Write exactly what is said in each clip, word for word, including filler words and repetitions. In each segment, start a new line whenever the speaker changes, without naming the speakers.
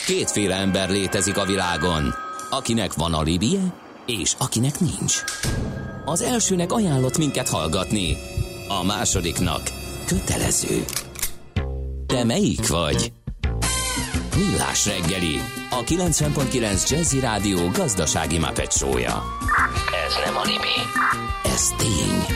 Kétféle ember létezik a világon, akinek van alibije, és akinek nincs. Az elsőnek ajánlott minket hallgatni, a másodiknak kötelező. Te melyik vagy? Millás reggeli, a kilencven pont kilenc Jazzy Rádió gazdasági Muppet show-ja. Ez nem anime, ez tény.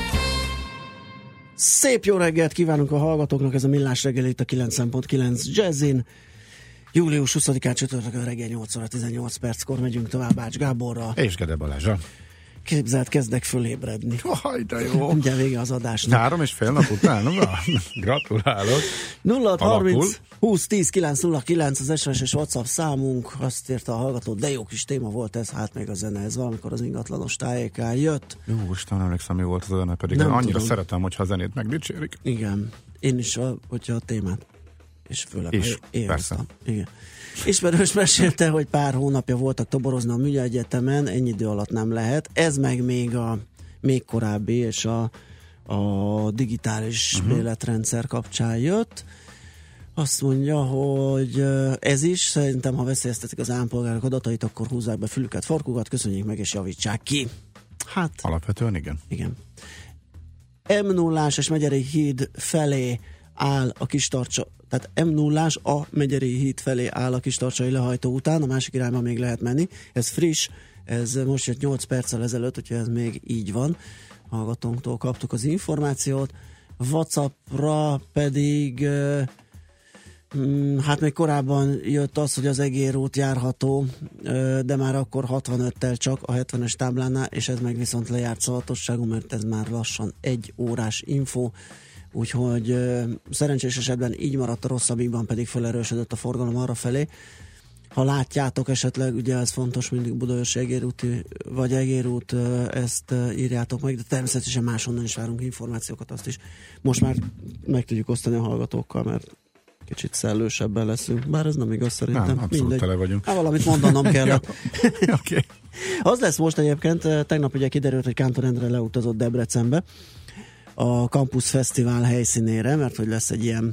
Szép jó reggelt kívánunk a hallgatóknak, ez a Millás reggeli itt a kilencven pont kilenc Jazzin. július huszadikán csütörtökön reggel nyolc óra tizennyolc perckor megyünk tovább Ács Gáborral.
És Gede Balázsa.
Képzeld, kezdek fölébredni.
Haj, de jó.
Ugye vége az adásnak.
Három és fél nap után, gratulálok.
nulla harminc húsz tíz kilenc nulla kilenc az es em es és WhatsApp számunk, azt írta a hallgató, de jó kis téma volt ez, hát még a zene, ez valamikor az ingatlanos tájékán jött.
Jó, Isten, emlékszem, mi volt az a zene, pedig
nem
annyira
tudom.
Szeretem, hogyha a zenét megdicsérik.
Igen, én is, a, hogyha a témát. És főleg,
és,
én
persze.
Hoztam. Igen. Ismerős mesélte, hogy pár hónapja voltak toborozni a Műegyetemen, ennyi idő alatt nem lehet. Ez meg még a még korábbi és a, a digitális uh-huh. béletrendszer kapcsán jött. Azt mondja, hogy ez is, szerintem, ha veszélyeztetik az állampolgárok adatait, akkor húzzák be fülüket, farkukat, köszönjék meg és javítsák ki. Hát,
alapvetően igen.
Igen. em nullás és Megyeri híd felé áll a Kistarcsa, tehát em nullás a Megyeri híd felé áll a Kistarcsai lehajtó után, a másik irányba még lehet menni. Ez friss, ez most jött nyolc perccel ezelőtt, úgyhogy ez még így van. Hallgatónktól kaptuk az információt. WhatsAppra pedig hát még korábban jött az, hogy az Egér út járható, de már akkor hatvanöttel csak a hetvenes táblánál, és ez meg viszont lejárt szavatosságú, mert ez már lassan egy órás info, úgyhogy szerencsés esetben így maradt, a rosszabbikban pedig felerősödött a forgalom arra felé. Ha látjátok esetleg, ugye ez fontos, mindig Budaörsi Egérúti vagy Egérút, ezt írjátok meg, de természetesen máshonnan is várunk információkat, azt is most már meg tudjuk osztani a hallgatókkal, mert kicsit szellősebben leszünk, bár ez nem igaz szerintem.
Nem, abszolút mindegy. Tele vagyunk.
Hát valamit mondanom kellett.
Okay.
Az lesz most egyébként, tegnap ugye kiderült, hogy Kántor Endre leutazott Debrecenbe a Campus Fesztivál helyszínére, mert hogy lesz egy ilyen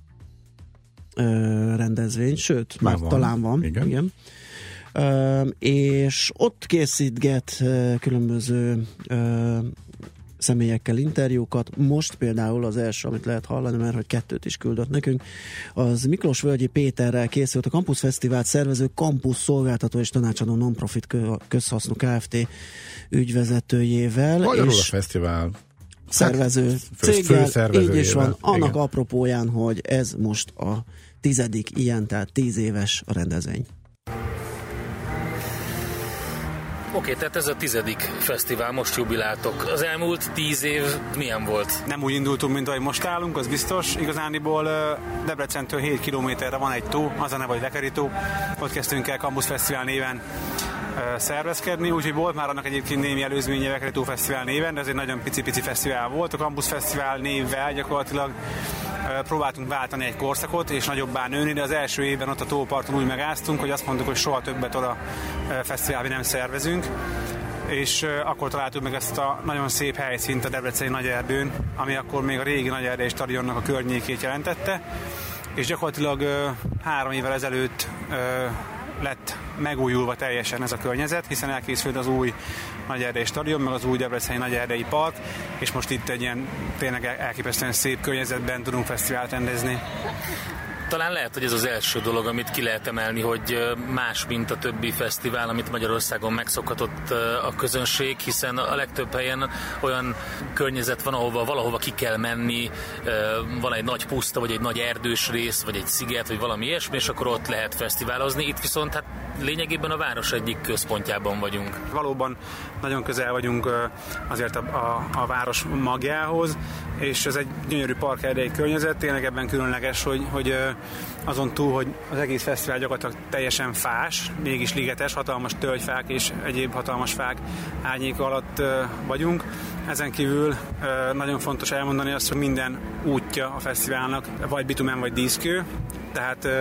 ö, rendezvény, sőt, már van. Talán van.
Igen.
Igen. Ö, és ott készítget ö, különböző ö, személyekkel interjúkat. Most például az első, amit lehet hallani, mert hogy kettőt is küldött nekünk, az Miklósvölgyi Péterrel készült, a Campus Fesztivált szervező Campus szolgáltató és tanácsadó non-profit közhasznú Kft. Ügyvezetőjével.
Magyarul
és
a fesztivál
szervező
fő,
céggel, így is van, annak
igen.
apropóján, hogy ez most a tizedik ilyen, tehát tíz éves a rendezvény.
Oké, okay, tehát ez a tizedik fesztivál, most jubiláltok. Az elmúlt tíz év milyen volt?
Nem úgy indultunk, mint ahogy most állunk, az biztos. Igazániból Debrecentől hét kilométerre van egy tó, az a neve, hogy Vekeri tó. Ott kezdtünk el Campus Fesztivál néven szervezkedni, úgyhogy volt már annak egyébként némi előzménye Vekeri tó Fesztivál néven, de ez egy nagyon pici-pici fesztivál volt. A Campus Fesztivál névvel gyakorlatilag próbáltunk váltani egy korszakot, és nagyobbá nőni, de az első évben ott a tóparton úgy megáztunk, hogy azt mondtuk, hogy soha többet oda fesztiválban nem szervezünk, és akkor találtuk meg ezt a nagyon szép helyszínt a debreceni Nagyerdőn, ami akkor még a régi Nagyerdei stadionnak a környékét jelentette, és gyakorlatilag három évvel ezelőtt lett megújulva teljesen ez a környezet, hiszen elkészült az új Nagyerdei stadion, meg az új debreceni Nagyerdei park, és most itt egy ilyen tényleg elképesztően szép környezetben tudunk fesztivált rendezni.
Talán lehet, hogy ez az első dolog, amit ki lehet emelni, hogy más, mint a többi fesztivál, amit Magyarországon megszokhatott a közönség, hiszen a legtöbb helyen olyan környezet van, ahova valahova ki kell menni, van egy nagy puszta, vagy egy nagy erdős rész, vagy egy sziget, vagy valami ilyesmi, és akkor ott lehet fesztiválozni. Itt viszont hát lényegében a város egyik központjában vagyunk.
Valóban nagyon közel vagyunk azért a, a, a város magjához, és ez egy gyönyörű parkerdei környezet, tényleg ebben különleges, hogy, hogy azon túl, hogy az egész fesztivál gyakorlatilag teljesen fás, mégis ligetes, hatalmas tölgyfák és egyéb hatalmas fák árnyéka alatt vagyunk. Ezen kívül nagyon fontos elmondani azt, hogy minden útja a fesztiválnak vagy bitumen, vagy díszkő, tehát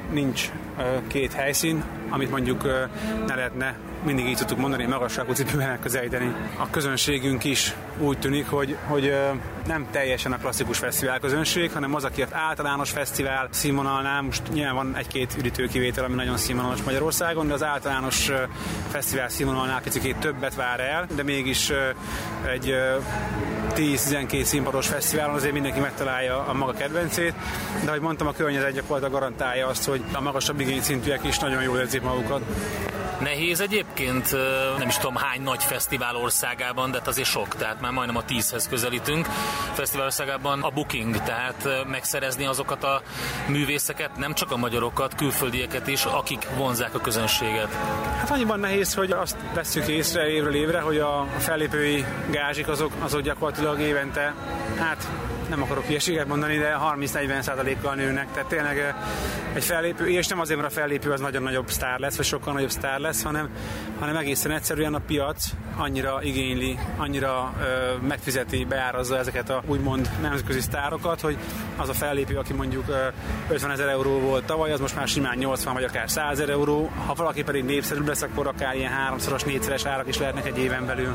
nincs két helyszín, amit mondjuk ne lehetne, mindig így tudtuk mondani, magasságú cipőben megközelíteni. A közönségünk is úgy tűnik, hogy, hogy nem teljesen a klasszikus fesztivál közönség, hanem az, aki az általános fesztivál színvonalnál, most nyilván van egy-két üdítő kivétel, ami nagyon színvonalas Magyarországon, de az általános fesztivál színvonalnál picikét többet vár el, de mégis egy tíz-tizenkét színpados fesztiválon azért mindenki megtalálja a maga kedvencét, de ahogy mondtam, a környezet gyakorlatilag garantálja azt, hogy a magasabb igényszintűek is nagyon jól érzik magukat.
Nehéz egyébként, nem is tudom hány nagy fesztivál országában, de azért sok, tehát már majdnem a tízhez közelítünk fesztivál országában a booking, tehát megszerezni azokat a művészeket, nem csak a magyarokat, külföldieket is, akik vonzzák a közönséget.
Hát annyiban nehéz, hogy azt vesszük észre évről évre, hogy a fellépői gázsik azok, azok gyakorlatilag évente, hát nem akarok hülyeséget mondani, de harminc-negyven százalékkal nőnek, tehát tényleg egy fellépő, és nem azért, mert a fellépő az nagyon nagyobb sztár lesz, vagy sokkal nagyobb sztár lesz, hanem, hanem egészen egyszerűen a piac annyira igényli, annyira ö, megfizeti, beárazza ezeket a úgymond nemzetközi sztárokat, hogy az a fellépő, aki mondjuk ö, ötvenezer euró volt tavaly, az most már simán nyolcvan vagy akár százezer euró, ha valaki pedig népszerűbb lesz, akkor akár ilyen háromszoros, négyszeres árak is lehetnek egy éven belül.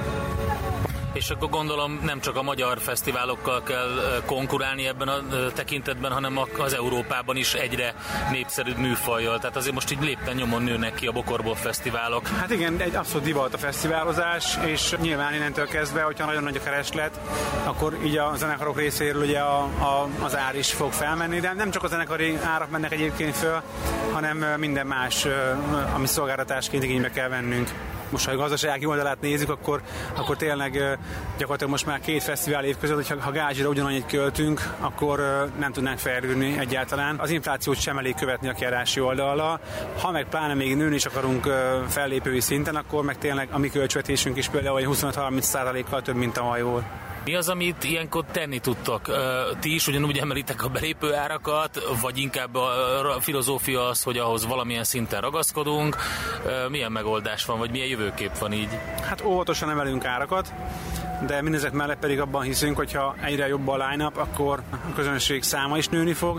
És akkor gondolom nem csak a magyar fesztiválokkal kell konkurálni ebben a tekintetben, hanem az Európában is egyre népszerűbb műfajjal. Tehát azért most így lépten nyomon nőnek ki a bokorból fesztiválok.
Hát igen, egy abszolút divat a fesztiválozás, és nyilván innentől kezdve, hogyha nagyon nagy a kereslet, akkor így a zenekarok részéről ugye a, a, az ár is fog felmenni, de nem csak a zenekari árak mennek egyébként föl, hanem minden más, ami szolgáltatásként igénybe kell vennünk. Most, ha a gazdasági oldalát nézzük, akkor, akkor tényleg gyakorlatilag most már két fesztivál év között, hogyha ha gázsira ugyanannyit költünk, akkor nem tudnánk fejlődni egyáltalán. Az inflációt sem elég követni a kiadási oldallal. Ha meg pláne még nőni is akarunk fellépői szinten, akkor meg tényleg a mi költségvetésünk is például huszonöt-harminc százalékkal több, mint tavaly volt.
Mi az, amit ilyenkor tenni tudtok? Ti is ugyanúgy emelitek a belépő árakat, vagy inkább a filozófia az, hogy ahhoz valamilyen szinten ragaszkodunk? Milyen megoldás van, vagy milyen jövőkép van így?
Hát óvatosan emelünk árakat, de mindezek mellett pedig abban hiszünk, hogyha egyre jobb a line-up, akkor a közönség száma is nőni fog,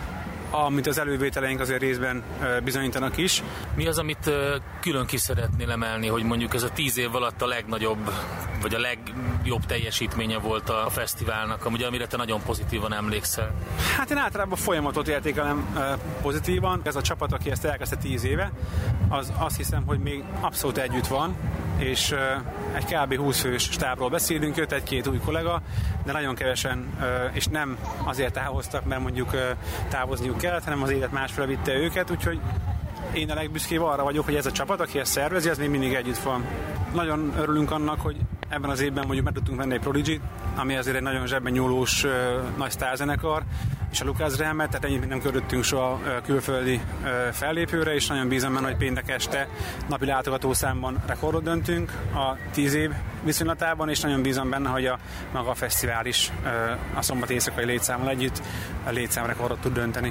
amit az elővételeink azért részben bizonyítanak is.
Mi az, amit külön ki szeretnél emelni, hogy mondjuk ez a tíz év alatt a legnagyobb, vagy a legjobb teljesítménye volt a fesztiválnak, ugye, amire te nagyon pozitívan emlékszel?
Hát én általában a folyamatot értékelem pozitívan. Ez a csapat, aki ezt elkezdte tíz éve, az azt hiszem, hogy még abszolút együtt van, és egy kb. húsz fős stábról beszélünk, jött egy-két új kollega, de nagyon kevesen, és nem azért távoztak, mert mondjuk távozniuk kellett, hanem az élet másféle vitte őket, úgyhogy én a legbüszkébb arra vagyok, hogy ez a csapat, aki ezt szervezi, ez még mindig együtt van. Nagyon örülünk annak, hogy ebben az évben mondjuk meg tudtunk venni egy Prodigy, ami azért egy nagyon zsebben nyúlós uh, nagy sztárzenekar, és a Lucas Graham-et, tehát ennyit nem költöttünk soha uh, külföldi uh, fellépőre, és nagyon bízom benne, hogy péntek este napi látogatószámban rekordot döntünk a tíz év viszonylatában, és nagyon bízom benne, hogy a maga a fesztivál is uh, a szombat éjszakai létszámmal együtt a létszámrekordot tud dönteni.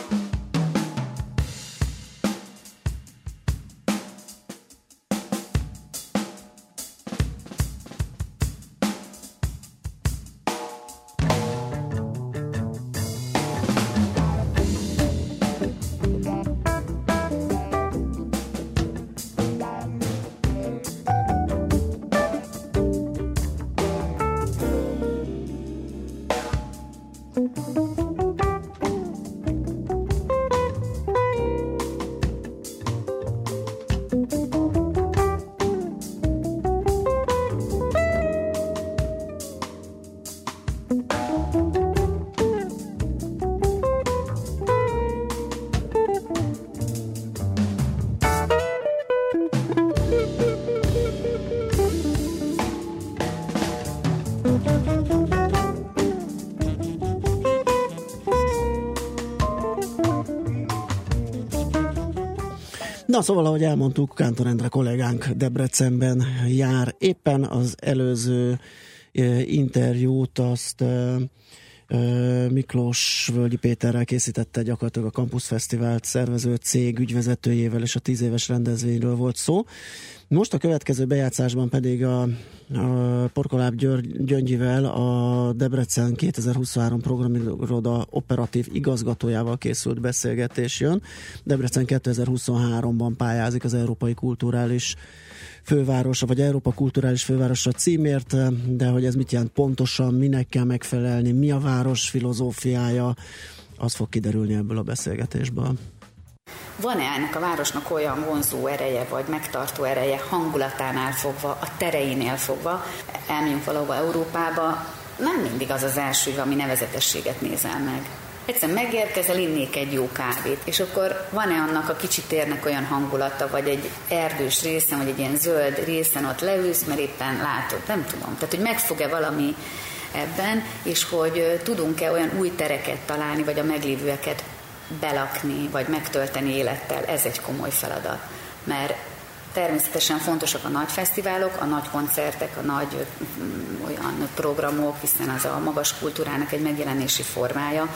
Na szóval, ahogy elmondtuk, Kántor Endre kollégánk Debrecenben jár. Éppen az előző e, interjút azt e, Miklós Völgyi Péterrel készítette gyakorlatilag a Campus Fesztivált szervező cég ügyvezetőjével, és a tíz éves rendezvényről volt szó. Most a következő bejátszásban pedig a, a Porkoláb György, Gyöngyivel, a Debrecen kétezer-huszonhárom programiroda operatív igazgatójával készült beszélgetés jön. Debrecen kétezer-huszonháromban pályázik az Európai Kulturális Fővárosa, vagy Európa Kulturális Fővárosa címért, de hogy ez mit jelent pontosan, minek kell megfelelni, mi a város filozófiája, az fog kiderülni ebből a beszélgetésből.
Van-e ennek a városnak olyan vonzó ereje, vagy megtartó ereje hangulatánál fogva, a tereinél fogva, elmegyünk valahova Európába, nem mindig az az első, ami nevezetességet nézel meg. Egyszerűen megérkezel, innék egy jó kávét, és akkor van-e annak a kicsi térnek olyan hangulata, vagy egy erdős részen, vagy egy ilyen zöld részen ott leülsz, mert éppen látod, nem tudom. Tehát, hogy megfog-e valami ebben, és hogy tudunk-e olyan új tereket találni, vagy a meglévőeket belakni, vagy megtölteni élettel, ez egy komoly feladat. Mert természetesen fontosak a nagy fesztiválok, a nagy koncertek, a nagy ö, olyan programok, hiszen az a magas kultúrának egy megjelenési formája.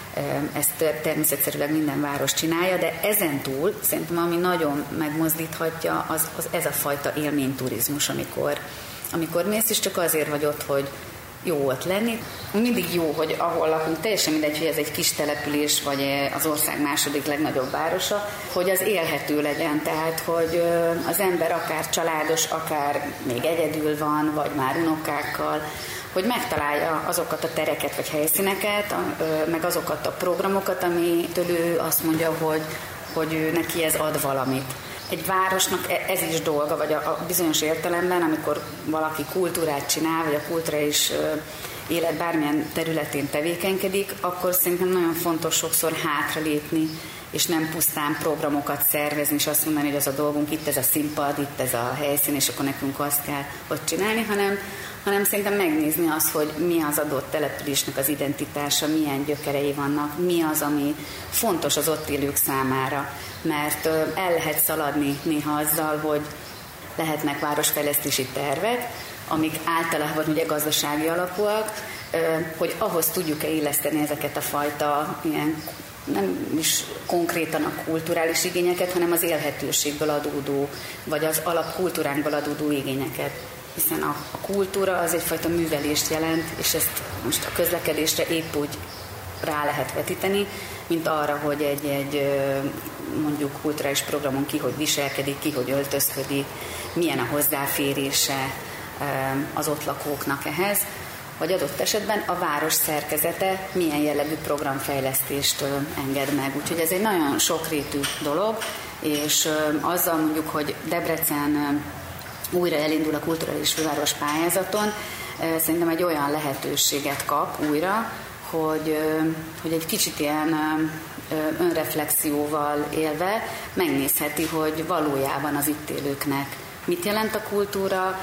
Ezt természetszerűleg minden város csinálja, de ezen túl szerintem ami nagyon megmozdíthatja, az, az ez a fajta élményturizmus, amikor, amikor mész, és csak azért vagy ott, hogy jó ott lenni. Mindig jó, hogy ahol lakunk, teljesen mindegy, hogy ez egy kis település, vagy az ország második legnagyobb városa, hogy az élhető legyen, tehát hogy az ember akár családos, akár még egyedül van, vagy már unokákkal, hogy megtalálja azokat a tereket vagy helyszíneket, meg azokat a programokat, amitől ő azt mondja, hogy, hogy ő neki ez ad valamit. Egy városnak ez is dolga, vagy a, a bizonyos értelemben, amikor valaki kultúrát csinál, vagy a kulturális élet bármilyen területén tevékenykedik, akkor szerintem nagyon fontos sokszor hátralépni, és nem pusztán programokat szervezni, és azt mondani, hogy az a dolgunk, itt ez a színpad, itt ez a helyszín, és akkor nekünk azt kell ott csinálni, hanem, hanem szerintem megnézni azt, hogy mi az adott településnek az identitása, milyen gyökerei vannak, mi az, ami fontos az ott élők számára, mert el lehet szaladni néha azzal, hogy lehetnek városfejlesztési tervek, amik általában ugye gazdasági alapúak, hogy ahhoz tudjuk-e illeszteni ezeket a fajta ilyen nem is konkrétan a kulturális igényeket, hanem az élhetőségből adódó, vagy az alapkultúránkból adódó igényeket. Hiszen a, a kultúra az egyfajta művelést jelent, és ezt most a közlekedésre épp úgy rá lehet vetíteni, mint arra, hogy egy, egy mondjuk kulturális programon ki, hogy viselkedik, ki, hogy öltözködik, milyen a hozzáférése az ott lakóknak ehhez, vagy adott esetben a város szerkezete milyen jellegű programfejlesztést enged meg. Úgyhogy ez egy nagyon sokrétű dolog, és azzal mondjuk, hogy Debrecen újra elindul a kulturális főváros pályázaton, szerintem egy olyan lehetőséget kap újra, hogy, hogy egy kicsit ilyen önreflexióval élve megnézheti, hogy valójában az itt élőknek mit jelent a kultúra,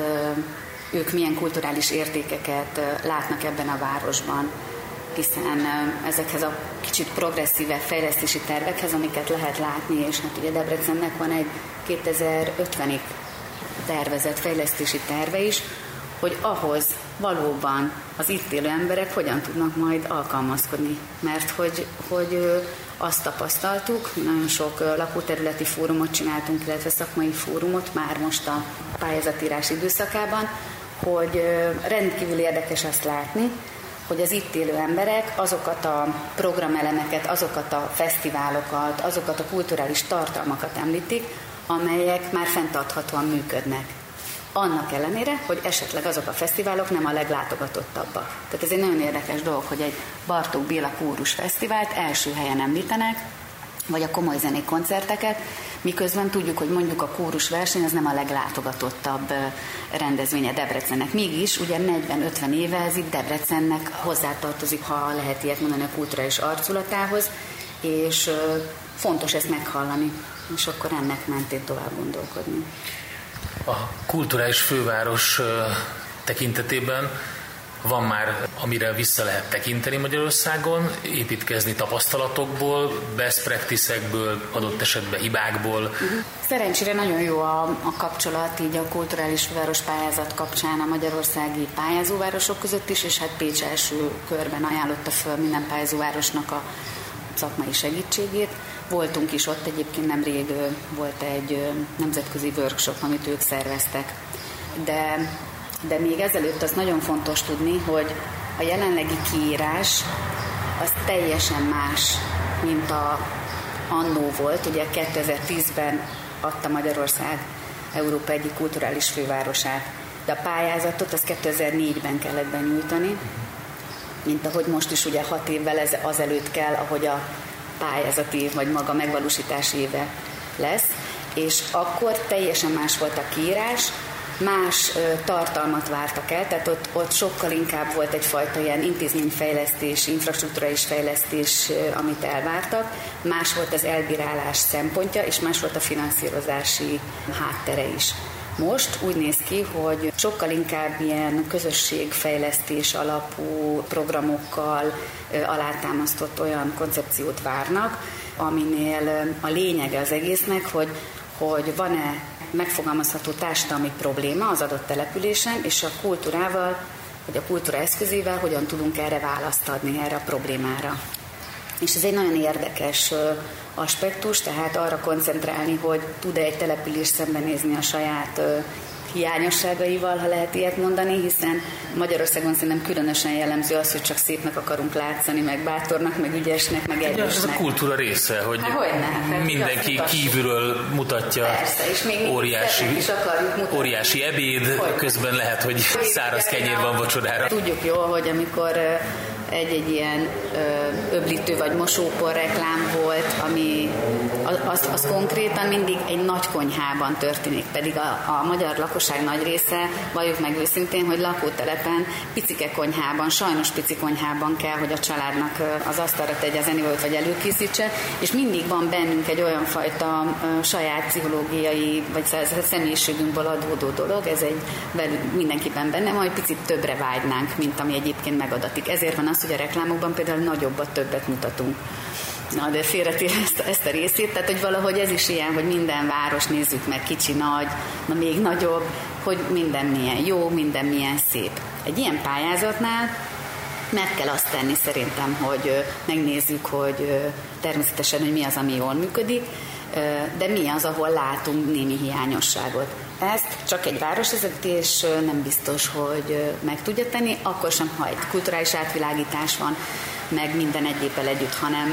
ők milyen kulturális értékeket látnak ebben a városban, hiszen ezekhez a kicsit progresszívebb fejlesztési tervekhez, amiket lehet látni, és hát ugye Debrecennek van egy kétezer-ötvenig tervezett fejlesztési terve is, hogy ahhoz valóban az itt élő emberek hogyan tudnak majd alkalmazkodni. Mert hogy, hogy azt tapasztaltuk, nagyon sok lakóterületi fórumot csináltunk, illetve szakmai fórumot már most a pályázatírás időszakában, hogy rendkívül érdekes azt látni, hogy az itt élő emberek azokat a programelemeket, azokat a fesztiválokat, azokat a kulturális tartalmakat említik, amelyek már fenntarthatóan működnek. Annak ellenére, hogy esetleg azok a fesztiválok nem a leglátogatottabbak. Tehát ez egy nagyon érdekes dolog, hogy egy Bartók Béla Kórus Fesztivált első helyen említenek, vagy a komoly zenék koncerteket, miközben tudjuk, hogy mondjuk a kórus verseny az nem a leglátogatottabb rendezvénye Debrecennek. Mégis ugye negyven-ötven éve ez itt Debrecennek hozzátartozik, ha lehet ilyet mondani, a kulturális arculatához, és fontos ezt meghallani, és akkor ennek mentén tovább gondolkodni.
A kulturális főváros tekintetében van már, amire vissza lehet tekinteni Magyarországon, építkezni tapasztalatokból, best practice-ekből, adott esetben hibákból.
Szerencsére nagyon jó a, a kapcsolat így a kulturális város pályázat kapcsán a magyarországi pályázóvárosok között is, és hát Pécs első körben ajánlotta föl minden pályázóvárosnak a szakmai segítségét. Voltunk is ott, egyébként nemrég volt egy nemzetközi workshop, amit ők szerveztek. De, de még ezelőtt az nagyon fontos tudni, hogy a jelenlegi kiírás az teljesen más, mint a annó volt. Ugye kétezer-tízben adta Magyarország Európa egyik kulturális fővárosát, de a pályázatot az kétezer-négyben kellett benyújtani, mint ahogy most is ugye hat évvel ez, azelőtt kell, ahogy a pályázati év, vagy maga megvalósítási éve lesz, és akkor teljesen más volt a kiírás, más ö, tartalmat vártak el, tehát ott, ott sokkal inkább volt egyfajta ilyen intézményfejlesztés, infrastruktúrális fejlesztés, ö, amit elvártak, más volt az elbírálás szempontja, és más volt a finanszírozási háttere is. Most úgy néz ki, hogy sokkal inkább ilyen közösségfejlesztés alapú programokkal alátámasztott olyan koncepciót várnak, aminél a lényege az egésznek, hogy, hogy van-e megfogalmazható társadalmi probléma az adott településen, és a kultúrával, vagy a kultúra eszközével hogyan tudunk erre választ adni, erre a problémára. És ez egy nagyon érdekes aspektus, tehát arra koncentrálni, hogy tud-e egy település szembenézni a saját hiányosságaival, ha lehet ilyet mondani, hiszen Magyarországon szerintem különösen jellemző az, hogy csak szépnek akarunk látszani, meg bátornak, meg ügyesnek, meg erősnek.
Ez a kultúra része, hogy
Há, hogyne,
mindenki kívülről mutatja.
Persze, és még
óriási, óriási ebéd, hogyne. Közben lehet, hogy száraz kenyér van vacsorára.
Tudjuk jól, hogy amikor egy-egy ilyen ö, öblítő vagy mosópor reklám volt, ami az, az konkrétan mindig egy nagy konyhában történik, pedig a, a magyar lakosság nagy része, valljuk meg őszintén, hogy lakótelepen, picike konyhában, sajnos pici konyhában kell, hogy a családnak az asztalra tegye az ennivalót vagy előkészítse, és mindig van bennünk egy olyan fajta ö, saját pszichológiai, vagy személyiségünkből adódó dolog, ez egy mindenkiben benne, majd picit többre vágynánk, mint ami egyébként megadatik. Ezért van az, hogy a reklámokban például nagyobbat, többet mutatunk. Na, de félretér ezt, ezt a részét, tehát hogy valahogy ez is ilyen, hogy minden város nézzük meg, kicsi, nagy, na még nagyobb, hogy minden milyen jó, minden milyen szép. Egy ilyen pályázatnál meg kell azt tenni szerintem, hogy megnézzük, hogy természetesen, hogy mi az, ami jól működik, de mi az, ahol látunk némi hiányosságot. Ezt csak egy városvezetés nem biztos, hogy meg tudja tenni, akkor sem, ha egy kulturális átvilágítás van, meg minden egyébbel együtt, hanem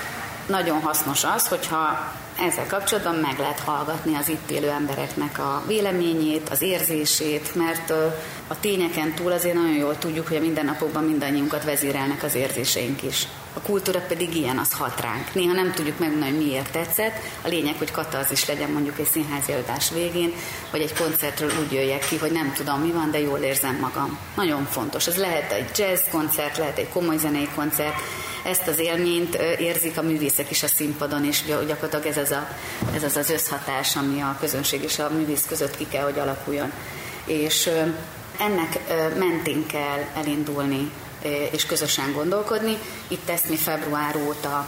nagyon hasznos az, hogyha ezzel kapcsolatban meg lehet hallgatni az itt élő embereknek a véleményét, az érzését, mert a tényeken túl azért nagyon jól tudjuk, hogy a mindennapokban mindannyiunkat vezérelnek az érzéseink is. A kultúra pedig ilyen, az hat ránk. Néha nem tudjuk megmondani, hogy miért tetszett. A lényeg, hogy katarzis legyen mondjuk egy színházi előadás végén, vagy egy koncertről úgy jöjjek ki, hogy nem tudom, mi van, de jól érzem magam. Nagyon fontos. Ez lehet egy jazz koncert, lehet egy komoly zenei koncert. Ezt az élményt érzik a művészek is a színpadon, és gyakorlatilag ez az, a, ez az az összhatás, ami a közönség és a művész között ki kell, hogy alakuljon. És ennek mentén kell elindulni, és közösen gondolkodni. Itt ezt mi február óta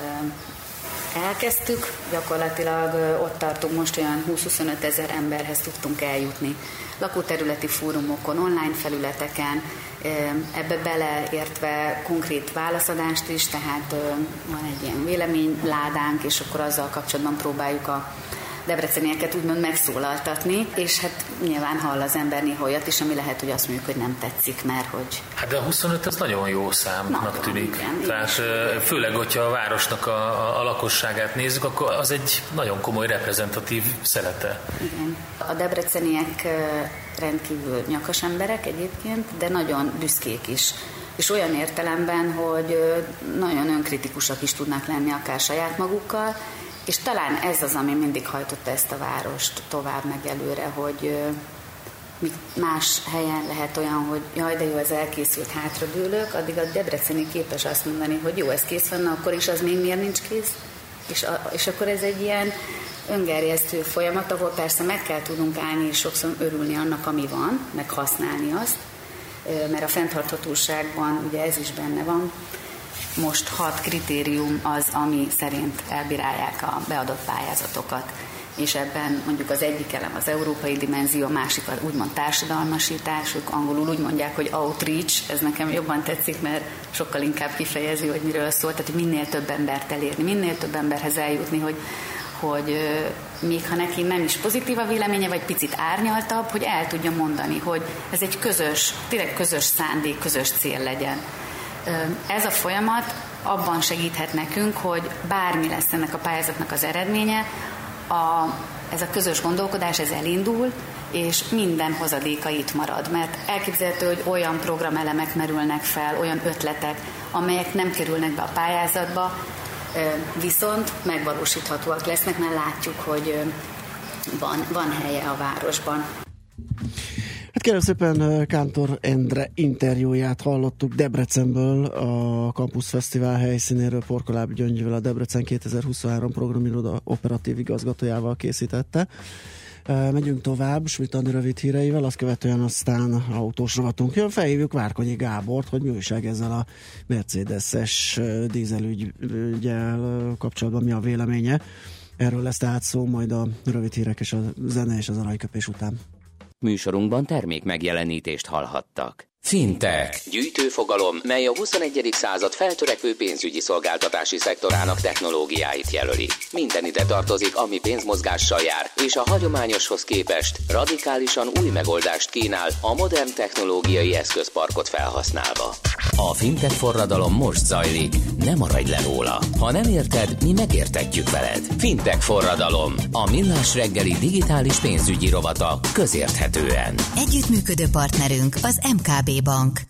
elkezdtük, gyakorlatilag ott tartunk most, olyan húsz-huszonöt ezer emberhez tudtunk eljutni. Lakóterületi fórumokon, online felületeken, ebbe beleértve konkrét válaszadást is, tehát van egy ilyen véleményládánk, és akkor azzal kapcsolatban próbáljuk a debrecenieket úgymond megszólaltatni, és hát nyilván hall az ember néha olyat is, ami lehet, hogy azt mondjuk, hogy nem tetszik, mert hogy...
Hát de a huszonöt az nagyon jó számnak Na, tűnik.
Igen,
Tehát igen. Főleg, hogyha a városnak a, a, a lakosságát nézzük, akkor az egy nagyon komoly reprezentatív szelete.
Igen. A debreceniek rendkívül nyakas emberek egyébként, de nagyon büszkék is. És olyan értelemben, hogy nagyon önkritikusak is tudnak lenni akár saját magukkal, és talán ez az, ami mindig hajtotta ezt a várost tovább meg előre, hogy más helyen lehet olyan, hogy jaj, de jó, ez elkészült, hátradőlök, addig a debreceni képes azt mondani, hogy jó, ez kész van, akkor is az még miért nincs kész? És, a, és akkor ez egy ilyen öngerjesztő folyamat, ahol persze meg kell tudnunk állni, és sokszor örülni annak, ami van, meg használni azt, mert a fenntarthatóságban ugye ez is benne van. Most hat kritérium az, ami szerint elbírálják a beadott pályázatokat, és ebben mondjuk az egyik elem az európai dimenzió, a másik az úgymond társadalmasítás, ők angolul úgy mondják, hogy outreach, ez nekem jobban tetszik, mert sokkal inkább kifejezi, hogy miről szól, tehát hogy minél több embert elérni, minél több emberhez eljutni, hogy, hogy még ha neki nem is pozitív a véleménye, vagy picit árnyaltabb, hogy el tudja mondani, hogy ez egy közös, tényleg közös szándék, közös cél legyen. Ez a folyamat abban segíthet nekünk, hogy bármi lesz ennek a pályázatnak az eredménye, a, ez a közös gondolkodás, ez elindul, és minden hozadéka itt marad, mert elképzelhető, hogy olyan programelemek merülnek fel, olyan ötletek, amelyek nem kerülnek be a pályázatba, viszont megvalósíthatóak lesznek, mert látjuk, hogy van, van helye a városban.
Hát kérem szépen, Kántor Endre interjúját hallottuk Debrecenből, a Campus Fesztivál helyszínéről. Porkoláb Gyöngyvel, a Debrecen kétezer-huszonhárom programiroda operatív igazgatójával készítette. Megyünk tovább Schmidt Andi rövid híreivel, azt követően aztán autós rovatunk jön. Felhívjuk Várkonyi Gábort, hogy mi újság ezzel a Mercedes-es dízelüggyel kapcsolatban, mi a véleménye. Erről lesz tehát szó majd a rövid hírek és a zene és az aranyköpés után.
Műsorunkban termék megjelenítést hallhattak. Fintech. Gyűjtőfogalom, mely a huszonegyedik század feltörekvő pénzügyi szolgáltatási szektorának technológiáit jelöli. Minden ide tartozik, ami pénzmozgással jár, és a hagyományoshoz képest radikálisan új megoldást kínál a modern technológiai eszközparkot felhasználva. A fintech forradalom most zajlik, ne maradj le róla. Ha nem érted, mi megértetjük veled. Fintech forradalom, a millás reggeli digitális pénzügyi rovata közérthetően.
Együttműködő partnerünk az em ká bé Bank.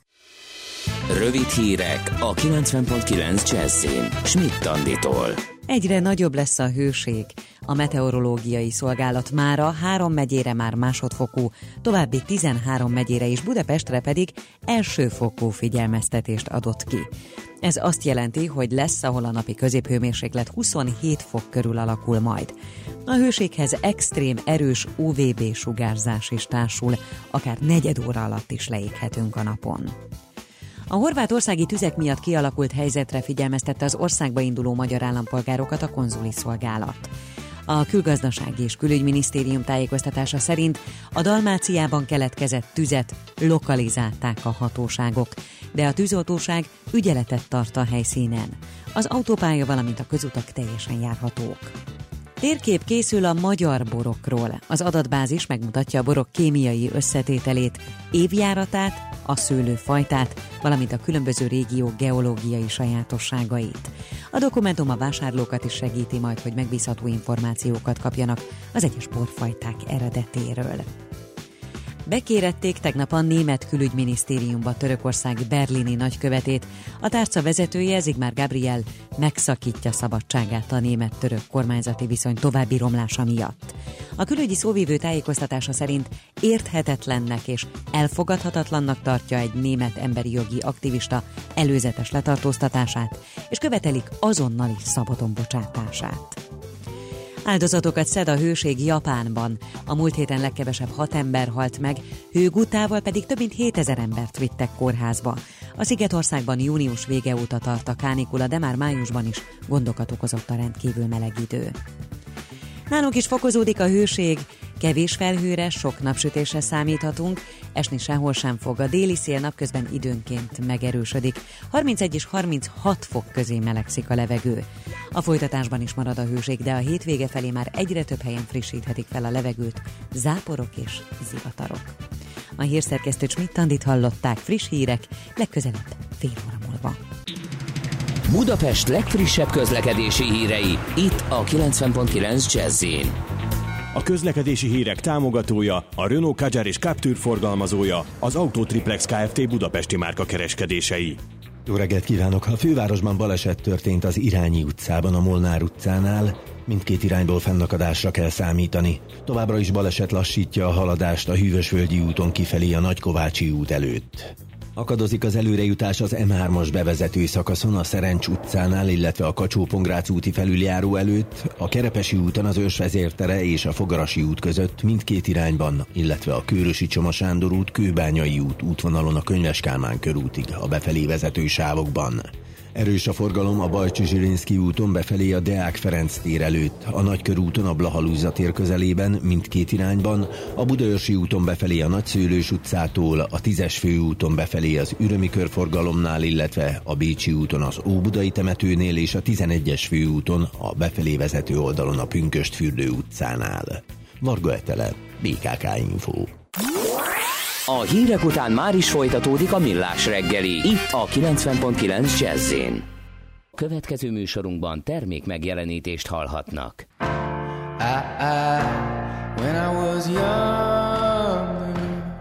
Rövid hírek a kilencven pont kilenc Jazzin Schmidt Anditól.
Egyre nagyobb lesz a hőség. A meteorológiai szolgálat mára három megyére már másodfokú, további tizenhárom megyére és Budapestre pedig elsőfokú figyelmeztetést adott ki. Ez azt jelenti, hogy lesz, ahol a napi középhőmérséklet huszonhét fok körül alakul majd. A hőséghez extrém erős u vé bé sugárzás is társul, akár negyed óra alatt is leéghetünk a napon. A horvátországi tüzek miatt kialakult helyzetre figyelmeztette az országba induló magyar állampolgárokat a konzuli szolgálat. A Külgazdasági és Külügyminisztérium tájékoztatása szerint a Dalmáciában keletkezett tüzet lokalizálták a hatóságok, de a tűzoltóság ügyeletet tart a helyszínen. Az autópálya, valamint a közutak teljesen járhatók. Térkép készül a magyar borokról. Az adatbázis megmutatja a borok kémiai összetételét, évjáratát, a szőlőfajtát, valamint a különböző régiók geológiai sajátosságait. A dokumentum a vásárlókat is segíti majd, hogy megbízható információkat kapjanak az egyes borfajták eredetéről. Bekérették tegnap a német külügyminisztériumba Törökország berlini nagykövetét. A tárca vezetője, Sigmar Gabriel, megszakítja szabadságát a német-török kormányzati viszony további romlása miatt. A külügyi szóvivő tájékoztatása szerint érthetetlennek és elfogadhatatlannak tartja egy német emberi jogi aktivista előzetes letartóztatását, és követelik azonnali szabadon bocsátását. Áldozatokat szed a hőség Japánban. A múlt héten legkevesebb hat ember halt meg, hőgutával pedig több mint hétezer embert vittek kórházba. A Szigetországban június vége óta tart a kánikula, de már májusban is gondokat okozott a rendkívül meleg idő. Nálunk is fokozódik a hőség, kevés felhőre, sok napsütésre számíthatunk, esni sehol sem fog, a déli szél napközben időnként megerősödik, harmincegy és harminchat fok közé melegszik a levegő. A folytatásban is marad a hőség, de a hétvége felé már egyre több helyen frissíthetik fel a levegőt záporok és zivatarok. A hírszerkesztő Schmidt Andit hallották, friss hírek, legközelebb fél óra múlva.
Budapest legfrissebb közlekedési hírei, itt a kilencven pont kilenc Jazzin.
A közlekedési hírek támogatója, a Renault Kadjar és Captur forgalmazója, az Autotriplex Kft. Budapesti márka kereskedései.
Jó reggelt kívánok! A fővárosban baleset történt az Irányi utcában, a Molnár utcánál. Mindkét irányból fennakadásra kell számítani. Továbbra is baleset lassítja a haladást a Hűvösvölgyi úton kifelé a Nagykovácsi út előtt. Akadozik az előrejutás az em hármas bevezető szakaszon a Szerencs utcánál, illetve a Kacsó-Pongrác úti felüljáró előtt, a Kerepesi úton az Ősvezértere és a Fogarasi út között mindkét irányban, illetve a Kőrösi Csoma Sándor út, Kőbányai út útvonalon a Könyves Kálmán körútig a befelé vezető sávokban. Erős a forgalom a Bajcsy-Zsilinszky úton befelé a Deák Ferenc tér előtt, a Nagykörúton a Blaha-Lujza tér közelében mindkét irányban, a Budaörsi úton befelé a Nagyszőlős utcától, a tízes főúton befelé az Ürömi körforgalomnál, illetve a Bécsi úton az Óbudai temetőnél és a tizenegyes főúton a befelé vezető oldalon a Pünkösdfürdő utcánál. Varga Etele, bé ká ká Info.
A hírek után már is folytatódik a Millás reggeli, itt a kilencven pont kilenc Jazz-én. Következő műsorunkban termék megjelenítést hallhatnak.
I, I, when I was young,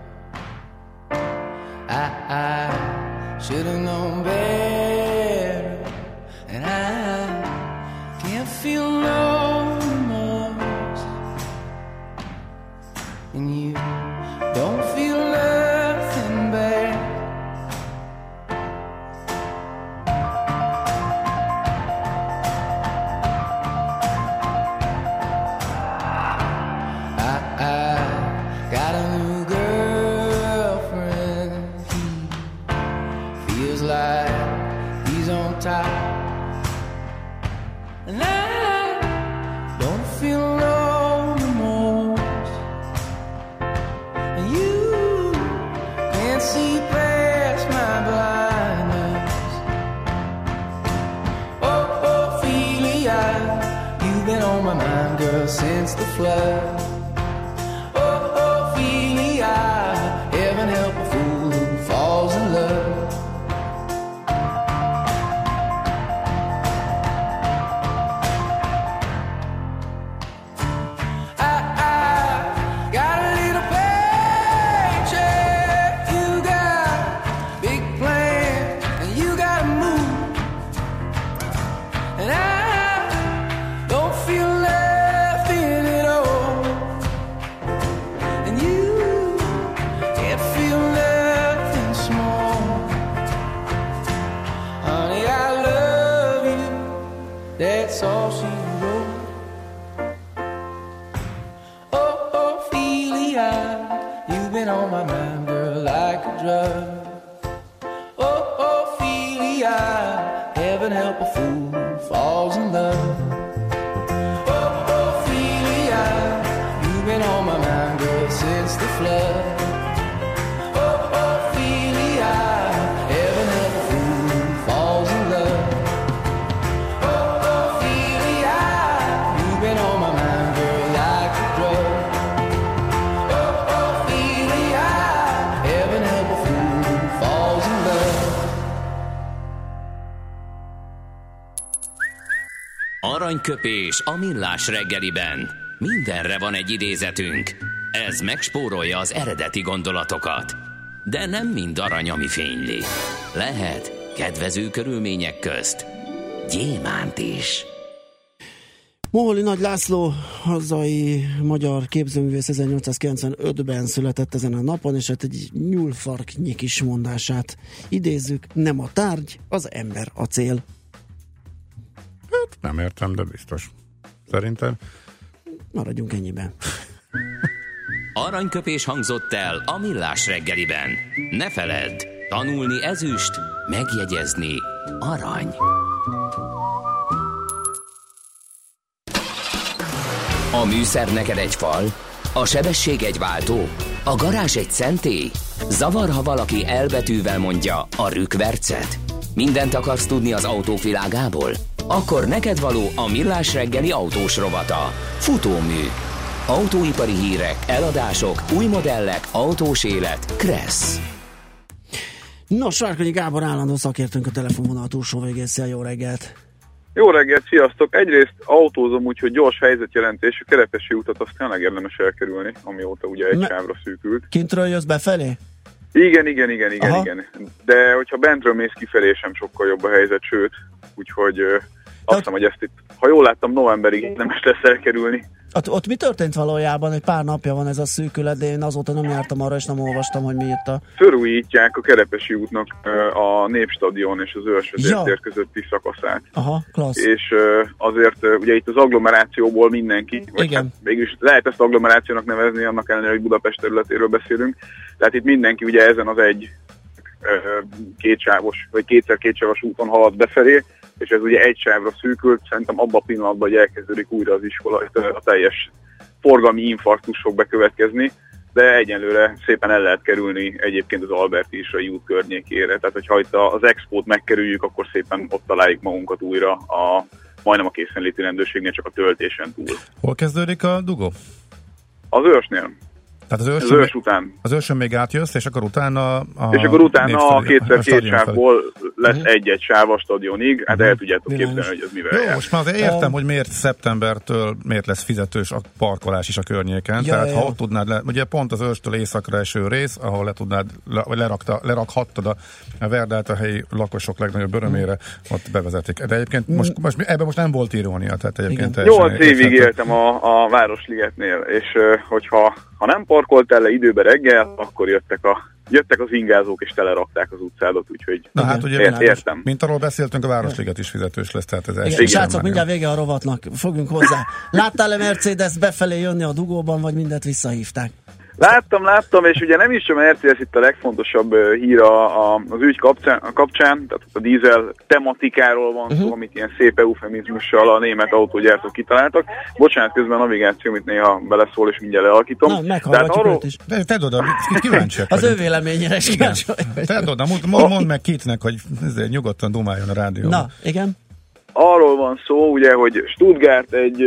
I, I should have known better, and I can't feel no remorse, and you don't feel nothing bad. I, I got a new girlfriend. He feels like he's on top, and I don't feel no remorse. You can't see past my blindness. Oh, Ophelia, you've been on my mind, girl, since the flood. Oh, Ophelia, heaven help a fool who falls in love. That's all she wrote. Oh, Ophelia, you've been on my mind, girl, like a drug. Oh, Ophelia, heaven help a fool who falls in love. Oh, Ophelia, you've been on my mind, girl, since the flood. Oh, Ophelia, heaven help a fool who falls in love.
Aranyköpés a Millás reggeliben. Mindenre van egy idézetünk. Ez megspórolja az eredeti gondolatokat. De nem mind arany, ami fényli. Lehet kedvező körülmények közt gyémánt is.
Moholi Nagy László, hazai magyar képzőművész ezernyolcszázkilencvenötben született ezen a napon, és hát egy nyúlfarknyi kis mondását idézzük: nem a tárgy, az ember a cél.
Hát nem értem, de biztos. Szerintem.
Maradjunk ennyiben.
Aranyköpés hangzott el a Millás reggeliben. Ne feledd, tanulni ezüst, megjegyezni arany. A műszer neked egy fal, a sebesség egy váltó, a garázs egy szentély. Zavar, ha valaki elbetűvel mondja a rükvercet. Mindent akarsz tudni az autók világából? Akkor neked való a Millás reggeli autós rovata. Futómű. Autóipari hírek, eladások, új modellek, autós élet. Kressz.
Nos, Sárkonyi Gábor állandó szakértőnk a telefonvonal túlsó végén. Szia, jó reggelt!
Jó reggelt, sziasztok! Egyrészt autózom úgy, hogy gyors helyzetjelentésű Kerepesi utat azt tényleg érdemes elkerülni, amióta ugye egy Me- sávra szűkült.
Kintről jössz befelé?
Igen, igen, igen, igen, Aha. igen. De hogyha bentről mész kifelé, sem sokkal jobb a helyzet, sőt, úgyhogy azt hiszem, hogy ezt itt, ha jól láttam, novemberig érdemes lesz elkerülni.
Ott, ott mi történt valójában? Egy pár napja van ez a szűkület, de én azóta nem jártam arra, és nem olvastam, hogy mi írta.
Fölújítják a Kerepesi útnak a Népstadion és az Őrsvezér ja. közötti szakaszát.
Aha, klassz.
És azért ugye itt az agglomerációból mindenki, vagy hát végülis lehet ezt agglomerációnak nevezni, annak ellenére, hogy Budapest területéről beszélünk. Tehát itt mindenki ugye ezen az egy kétsávos, vagy kétszer kétsávos úton halad befelé, és ez ugye egy sávra szűkült, szerintem abban a pillanatban, hogy elkezdődik újra az iskola, itt a teljes forgalmi infarktus fog bekövetkezni, de egyenlőre szépen el lehet kerülni egyébként az Alberti Israi út környékére. Tehát, hogyha itt az expót megkerüljük, akkor szépen ott találjuk magunkat újra a majdnem a készenléti rendőrségnél, csak a töltésen túl.
Hol kezdődik a dugó?
Az Őrsnél.
Tehát az őrsön,
az őrs után.
Az őrsön még átjössz, és akkor utána a
És akkor utána a kétszer két sávból lesz
uh-huh.
egy-egy sáv a stadionig, hát uh-huh. el tudjátok képzelni, hogy ez mivel
Jó,
jár.
most már azért értem, um, hogy miért szeptembertől miért lesz fizetős a parkolás is a környéken. Ja, Tehát ja. ha ott tudnád, le, ugye pont az őrstől északra eső rész, ahol le tudnád, le, vagy lerakta, lerakhattad a, a Verdát a helyi lakosok legnagyobb örömére, ott bevezetik. De egyébként most, most, ebben most nem volt irónia. Tehát egyébként
nyolc évig éltem a, a Városligetnél, és hogyha ha nem parkoltál le időben reggel, akkor jöttek, a, jöttek az ingázók és telerakták az utcádat, úgyhogy
Na hát ugye,
ért, értem.
Mint arról beszéltünk, a Városliget is fizetős lesz, tehát ez
első. Srácok, mindjárt vége a rovatnak, fogjunk hozzá. Láttál-e Mercedes befelé jönni a dugóban, vagy mindet visszahívták?
Láttam, láttam, és ugye nem is a Mercedes itt a legfontosabb uh, hír a, a, az ügy kapcsán, a kapcsán, tehát a dízel tematikáról van uh-huh. szó, amit ilyen szép eufemizmussal a német autógyártók kitaláltak. Bocsánat, közben a navigáció, amit néha beleszól, és mindjárt lealakítom.
Na, meghallgatjuk arról... őt is.
De tedd oda, kíváncsiak.
Az ő véleményére is kíváncsi.
Tedd oda, mondd mondd meg Kitnek, hogy nyugodtan dumáljon a rádióban.
Na, igen.
Arról van szó, ugye, hogy Stuttgart egy...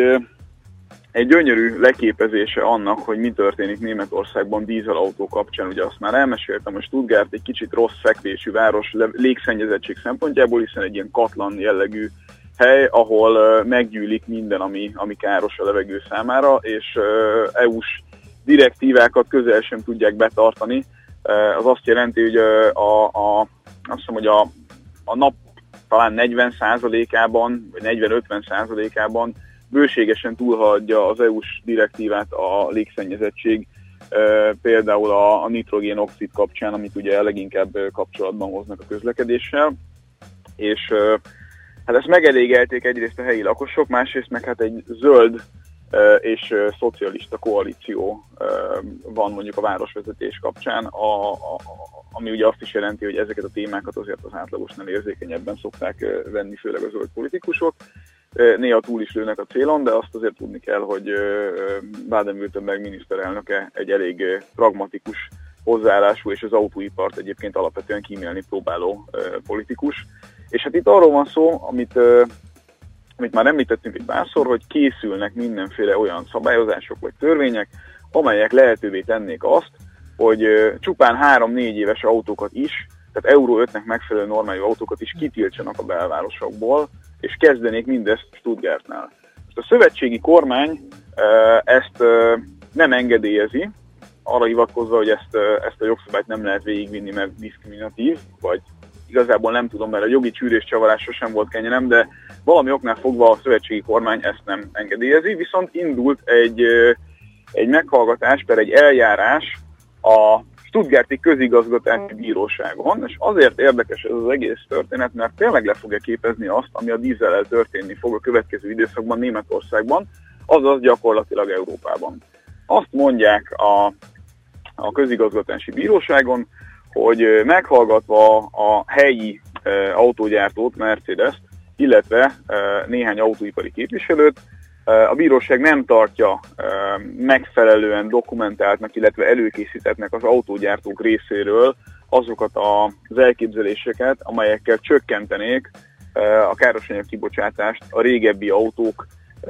Egy gyönyörű leképezése annak, hogy mi történik Németországban dízelautó kapcsán. Ugye azt már elmeséltem, hogy Stuttgart egy kicsit rossz fekvésű város légszennyezettség szempontjából, hiszen egy ilyen katlan jellegű hely, ahol meggyűlik minden, ami, ami káros a levegő számára, és é u-s direktívákat közel sem tudják betartani. Az azt jelenti, hogy a, a, azt hiszem, hogy a, a nap talán negyven százalékában, vagy negyven-ötven százalékában bőségesen túlhaladja az é u-s direktívát a légszennyezettség, például a, a nitrogén-oxid kapcsán, amit ugye leginkább kapcsolatban hoznak a közlekedéssel, és hát ezt megelégelték egyrészt a helyi lakosok, másrészt meg hát egy zöld és szocialista koalíció van mondjuk a városvezetés kapcsán, a, a, ami ugye azt is jelenti, hogy ezeket a témákat azért az átlagosnál érzékenyebben szokták venni, főleg a zöld politikusok. Néha túl is lőnek a célon, de azt azért tudni kell, hogy Baden-Württemberg miniszterelnöke egy elég pragmatikus hozzáállású, és az autóipart egyébként alapvetően kímélni próbáló politikus. És hát itt arról van szó, amit, amit már említettünk egy párszor, hogy készülnek mindenféle olyan szabályozások vagy törvények, amelyek lehetővé tennék azt, hogy csupán három-négy éves autókat is, tehát Euró ötnek megfelelő normájú autókat is kitiltsanak a belvárosokból, és kezdenék mindezt Stuttgartnál. Most a szövetségi kormány ezt nem engedélyezi, arra hivatkozva, hogy ezt, ezt a jogszabályt nem lehet végigvinni, mert diszkriminatív, vagy igazából nem tudom, mert a jogi csűrés-csavarás sosem volt kenyerem, de valami oknál fogva a szövetségi kormány ezt nem engedélyezi, viszont indult egy, egy meghallgatás, per egy eljárás a Stuttgarti közigazgatási bíróságon, és azért érdekes ez az egész történet, mert tényleg le fogja képezni azt, ami a dízellel történni fog a következő időszakban Németországban, azaz gyakorlatilag Európában. Azt mondják a, a közigazgatási bíróságon, hogy meghallgatva a helyi e, autógyártót, Mercedes-t, illetve e, néhány autóipari képviselőt, a bíróság nem tartja megfelelően dokumentáltnak, illetve előkészítettnek az autógyártók részéről azokat az elképzeléseket, amelyekkel csökkentenék a károsanyag kibocsátást a régebbi autók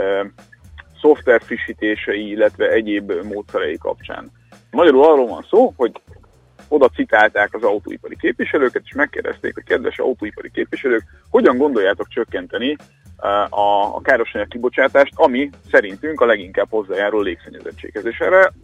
szoftver frissítései, illetve egyéb módszerei kapcsán. Magyarul arról van szó, hogy oda citálták az autóipari képviselőket, és megkérdezték, hogy kedves autóipari képviselők, hogyan gondoljátok csökkenteni a, a károsanyag kibocsátást, ami szerintünk a leginkább hozzájárul a légszennyezettséghez. És erre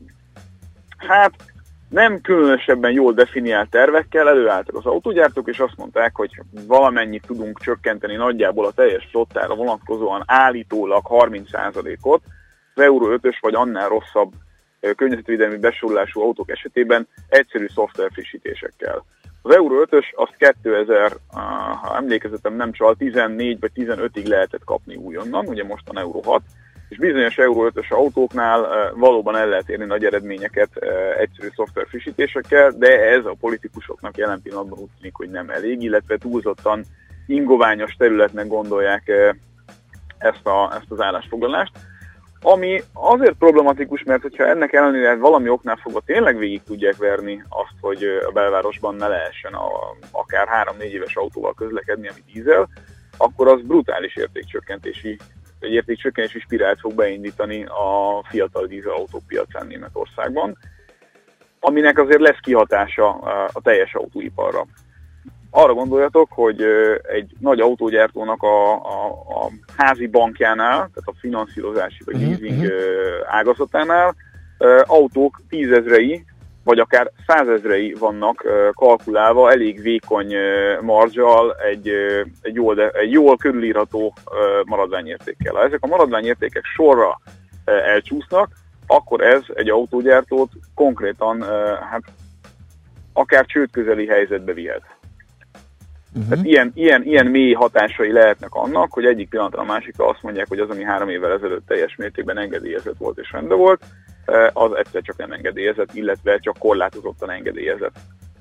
hát nem különösebben jól definiált tervekkel előálltak az autógyártók, és azt mondták, hogy valamennyit tudunk csökkenteni nagyjából a teljes flottára vonatkozóan állítólag harminc százalékot, az Euro ötös vagy annál rosszabb környezetvédelmi besorolású autók esetében egyszerű szoftver frissítésekkel. Az Euro ötös azt kétezer, ha emlékezetem nem csal, tizennégy vagy tizenötig lehetett kapni újonnan, ugye most a Euro hat, és bizonyos Euro ötös autóknál valóban el lehet érni nagy eredményeket egyszerű szoftver frissítésekkel, de ez a politikusoknak jelen pillanatban úgy tűnik, hogy nem elég, illetve túlzottan ingoványos területnek gondolják ezt, a, ezt az állásfoglalást. Ami azért problematikus, mert hogyha ennek ellenére valami oknál fogva tényleg végig tudják verni azt, hogy a belvárosban ne lehessen a, akár három-négy éves autóval közlekedni, ami dízel, akkor az brutális értékcsökkentési, egy értékcsökkentési spirált fog beindítani a fiatal dízelautók piacán Németországban, aminek azért lesz kihatása a teljes autóiparra. Arra gondoljatok, hogy egy nagy autógyártónak a, a, a házi bankjánál, tehát a finanszírozási vagy leasing uh-huh. ágazatánál autók tízezrei, vagy akár százezrei vannak kalkulálva elég vékony marzsal egy, egy, jól, egy jól körülírható maradványértékkel. Ha ezek a maradványértékek sorra elcsúsznak, akkor ez egy autógyártót konkrétan hát, akár csődközeli helyzetbe vihet. Uh-huh. Tehát ilyen, ilyen, ilyen mély hatásai lehetnek annak, hogy egyik pillanatra a másikra azt mondják, hogy az, ami három évvel ezelőtt teljes mértékben engedélyezett volt és rendben volt, az egyszer csak nem engedélyezett, illetve csak korlátozottan engedélyezett.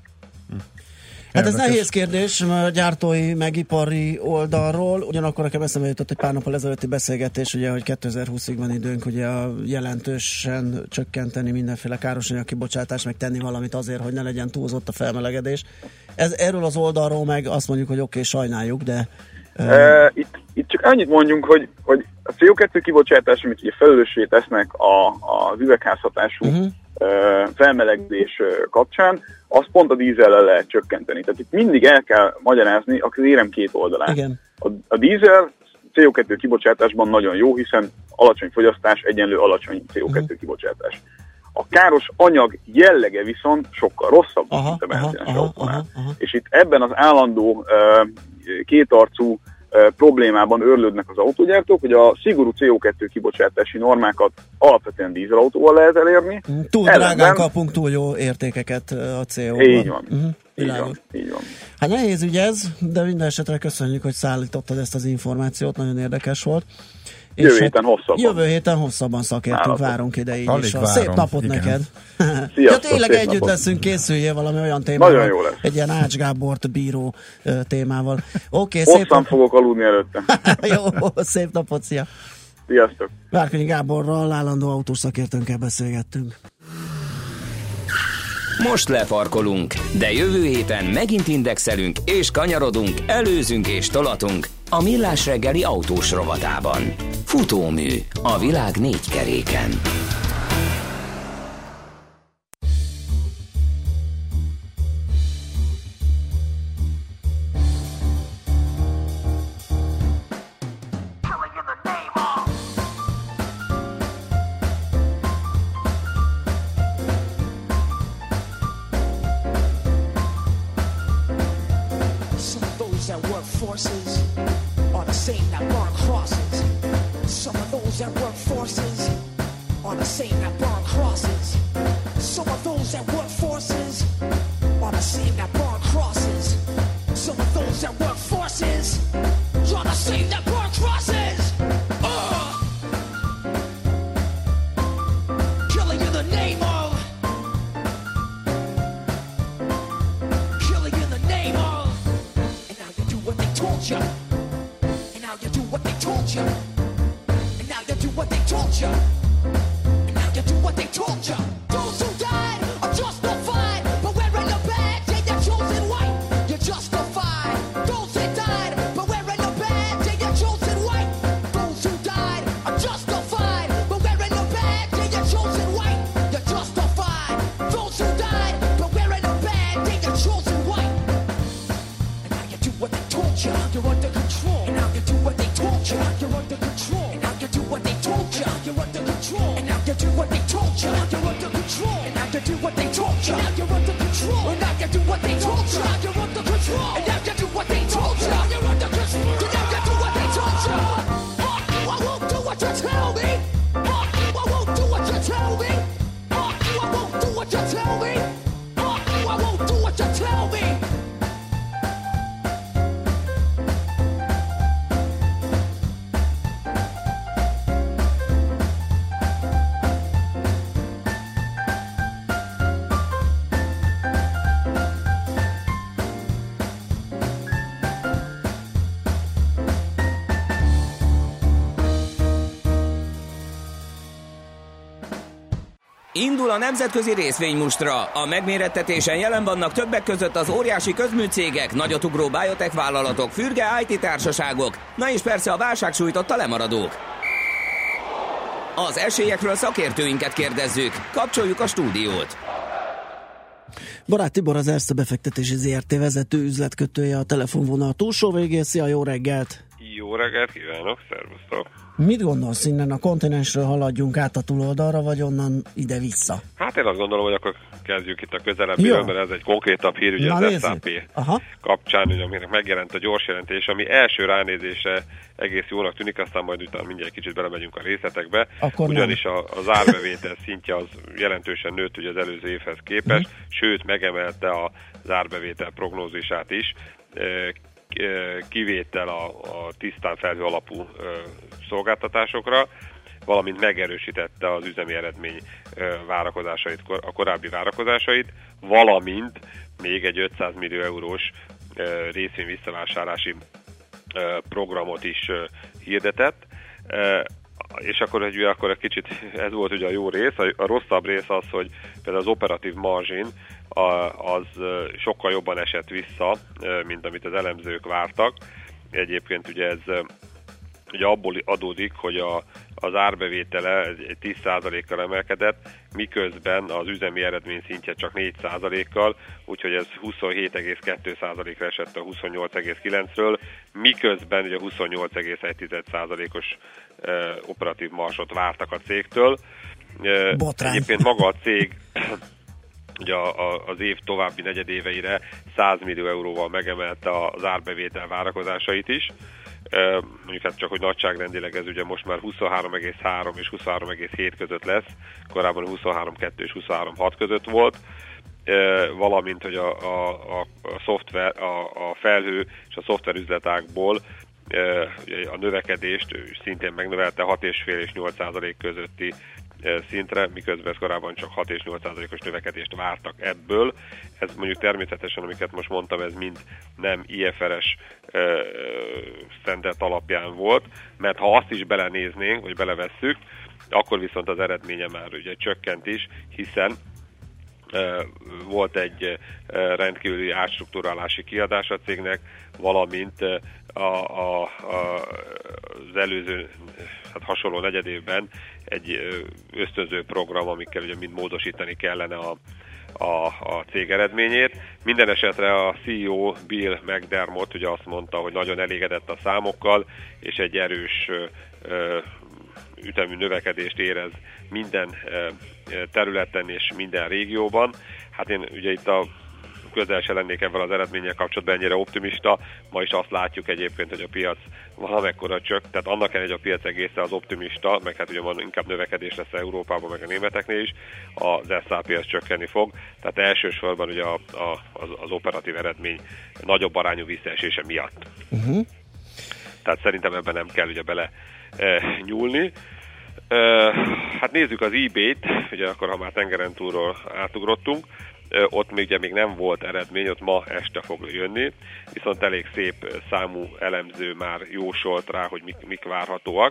Hát ez nehéz kérdés a gyártói meg ipari oldalról, ugyanakkor nekem eszembe jutott egy pár nappal ezelőtti beszélgetés, ugye, hogy kétezer-húszig van időnk ugye jelentősen csökkenteni mindenféle károsanyag kibocsátást, meg tenni valamit azért, hogy ne legyen túlzott a felmelegedés. Ez, erről az oldalról meg azt mondjuk, hogy oké, okay, sajnáljuk, de...
E, itt, itt csak annyit mondjunk, hogy, hogy a cé o kettő kibocsátás, amit ugye felelőssé tesznek a, az üvegházhatású uh-huh. felmelegedés kapcsán, azt pont a dízellel lehet csökkenteni. Tehát itt mindig el kell magyarázni az érem két oldalát.
Igen.
A, a dízel cé o kettő kibocsátásban nagyon jó, hiszen alacsony fogyasztás egyenlő alacsony cé o kettő uh-huh. kibocsátás. A káros anyag jellege viszont sokkal rosszabb, aha, mint a benzines autónál. És itt ebben az állandó uh, kétarcú uh, problémában örlődnek az autógyártók, hogy a szigorú cé o kettő kibocsátási normákat alapvetően dízelautóval lehet elérni.
Túl drágán Ellenben... kapunk túl jó értékeket a cé o-ban.
Így van. Uh-huh. Így van, így van.
Hát nehéz ügy ez, de minden esetre köszönjük, hogy szállítottad ezt az információt, nagyon érdekes volt.
Jövő héten hosszabban.
Jövő héten hosszabban szakértünk, Nálatok. Várunk ide így is. Szép napot igen. Neked!
Sziasztok,
ja, tényleg együtt
napot.
Leszünk, készüljél valami olyan témával.
Nagyon jó lesz.
Egy ilyen Ács Gábort bíró uh, témával.
Oké, okay, szép nap... fogok aludni előtte.
Jó, szép napot, szia!
Sziasztok!
Várkonyi Gáborral, állandó autószakértőnkkel beszélgettünk.
Most lefarkolunk, de jövő héten megint indexelünk és kanyarodunk, előzünk és tolatunk a Millás reggeli autós rovatában. Futómű a világ négy keréken. Indul a nemzetközi részvénymustra. A megmérettetésen jelen vannak többek között az óriási közműcégek, nagyotugró biotech vállalatok, fürge i té társaságok, na és persze a válság sújtotta lemaradók. Az esélyekről szakértőinket kérdezzük. Kapcsoljuk a stúdiót.
Barát Tibor, az Erste Befektetési zé er té vezető üzletkötője a telefonvonal túlsó végén. Szia, jó reggelt!
Jó reggelt kívánok, szervusztok!
Mit gondolsz, innen a kontinensről haladjunk át a túloldalra, vagy onnan ide-vissza?
Hát én azt gondolom, hogy akkor kezdjük itt a közelebbiről, mert ez egy konkrétabb hír, ugye az es and pé kapcsán, ugye, aminek megjelent a gyors jelentés, ami első ránézésre egész jónak tűnik, aztán majd utána mindjárt kicsit belemegyünk a részletekbe, akkor ugyanis a, az árbevétel szintje az jelentősen nőtt ugye az előző évhez képest, uh-huh. sőt megemelte az árbevétel prognózisát is, kivétel a, a tisztán felhő alapú ö, szolgáltatásokra, valamint megerősítette az üzemi eredmény ö, várakozásait, kor, a korábbi várakozásait, valamint még egy ötszáz millió eurós ö, részvény visszavásárlási ö, programot is ö, hirdetett. Ö, és akkor, hogy akkor egy kicsit ez volt ugye a jó rész, a, a rosszabb rész az, hogy például az operatív margin a, az sokkal jobban esett vissza, mint amit az elemzők vártak. Egyébként ugye ez ugye abból adódik, hogy a, az árbevétele egy tíz százalékkal emelkedett, miközben az üzemi eredmény szintje csak négy százalékkal, úgyhogy ez huszonhét egész kettő százalékra esett a huszonnyolc egész kilencről, miközben ugye huszonnyolc egész egy százalékos eh, operatív marsot vártak a cégtől. Eh, egyébként maga a cég ugye az év további negyedéveire száz millió euróval megemelte az árbevétel várakozásait is. Mondjuk hát csak, hogy nagyságrendileg ez ugye most már huszonhárom egész három és huszonhárom egész hét között lesz, korábban huszonhárom egész kettő és huszonhárom egész hat között volt, valamint, hogy a, a, a, a, szoftver, a, a felhő és a szoftver üzletágból a növekedést szintén megnövelte hat egész öt és nyolc százalék közötti szintre, miközben korábban csak hat és nyolc százalékos növekedést vártak ebből. Ez mondjuk természetesen, amiket most mondtam, ez mind nem i ef er es standard alapján volt, mert ha azt is belenéznénk, vagy belevesszük, akkor viszont az eredménye már ugye csökkent is, hiszen volt egy rendkívüli átstruktúrálási kiadás a cégnek, valamint a, a, a, az előző hát hasonló negyedévben egy ösztönző program, amikkel ugye mind módosítani kellene a, a, a cég eredményét. Minden esetre a cé e o Bill McDermott ugye azt mondta, hogy nagyon elégedett a számokkal, és egy erős ö, ütemű növekedést érez minden területen és minden régióban. Hát én ugye itt a közel se lennék ebben az eredménnyel kapcsolatban ennyire optimista. Ma is azt látjuk egyébként, hogy a piac valamekkora csök, tehát annak ellenére, hogy a piac egészen az optimista, meg hát ugye van inkább növekedés lesz Európában, meg a németeknél is, az es and pé az csökkenni fog. Tehát elsősorban ugye a, a, az, az operatív eredmény nagyobb arányú visszaesése miatt. Uh-huh. Tehát szerintem ebben nem kell ugye bele e, nyúlni. E, hát nézzük az eBay-t, ugye akkor ha már tengeren túlról átugrottunk, ott még, ugye még nem volt eredmény, ott ma este fog jönni, viszont elég szép számú elemző már jósolt rá, hogy mik, mik várhatóak.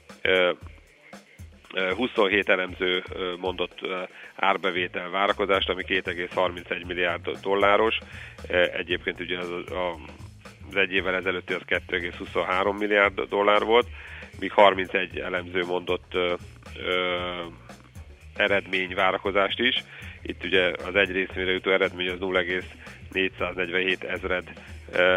huszonhét elemző mondott árbevétel várakozást, ami két egész harmincegy milliárd dolláros. Egyébként ugye az, az egy évvel ezelőtti az két egész huszonhárom milliárd dollár volt, míg harmincegy elemző mondott eredményvárakozást is. Itt ugye az egy részvényre jutó eredmény az nulla egész négyszáznegyvenhét ezred e, e,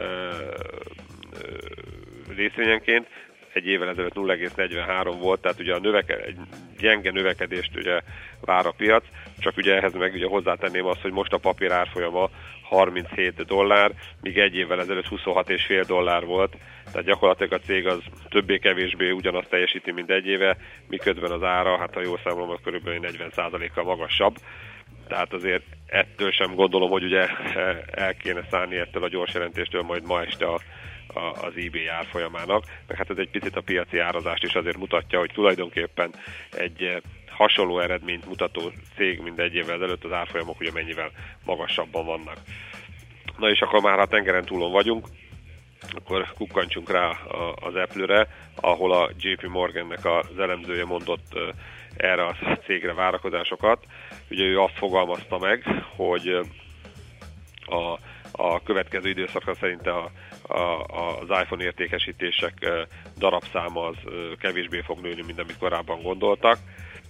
részvényenként, egy évvel ezelőtt nulla egész negyvenhárom volt, tehát ugye a növeke, egy gyenge növekedést ugye vár a piac, csak ugye ehhez meg ugye hozzátenném azt, hogy most a papír árfolyama harminchét dollár, míg egy évvel ezelőtt huszonhat egész öt dollár volt, tehát gyakorlatilag a cég az többé-kevésbé ugyanazt teljesíti, mint egy éve, miközben az ára, hát ha jól számolom, akkor körülbelül negyven százalékkal magasabb. Tehát azért ettől sem gondolom, hogy ugye el kéne szállni ettől a gyors jelentéstől majd ma este a, a, az eBay árfolyamának. Meg hát ez egy picit a piaci árazást is azért mutatja, hogy tulajdonképpen egy hasonló eredményt mutató cég, mint egy évvel ezelőtt, az árfolyamok ugye mennyivel magasabban vannak. Na és akkor már a tengeren túlon vagyunk, akkor kukkantsunk rá az Apple-re, ahol a jé pé Morgannek az elemzője mondott erre a cégre várakozásokat. Ugye ő azt fogalmazta meg, hogy a, a következő időszakra szerint a, a, az iPhone értékesítések darabszáma az kevésbé fog nőni, mint amit korábban gondoltak.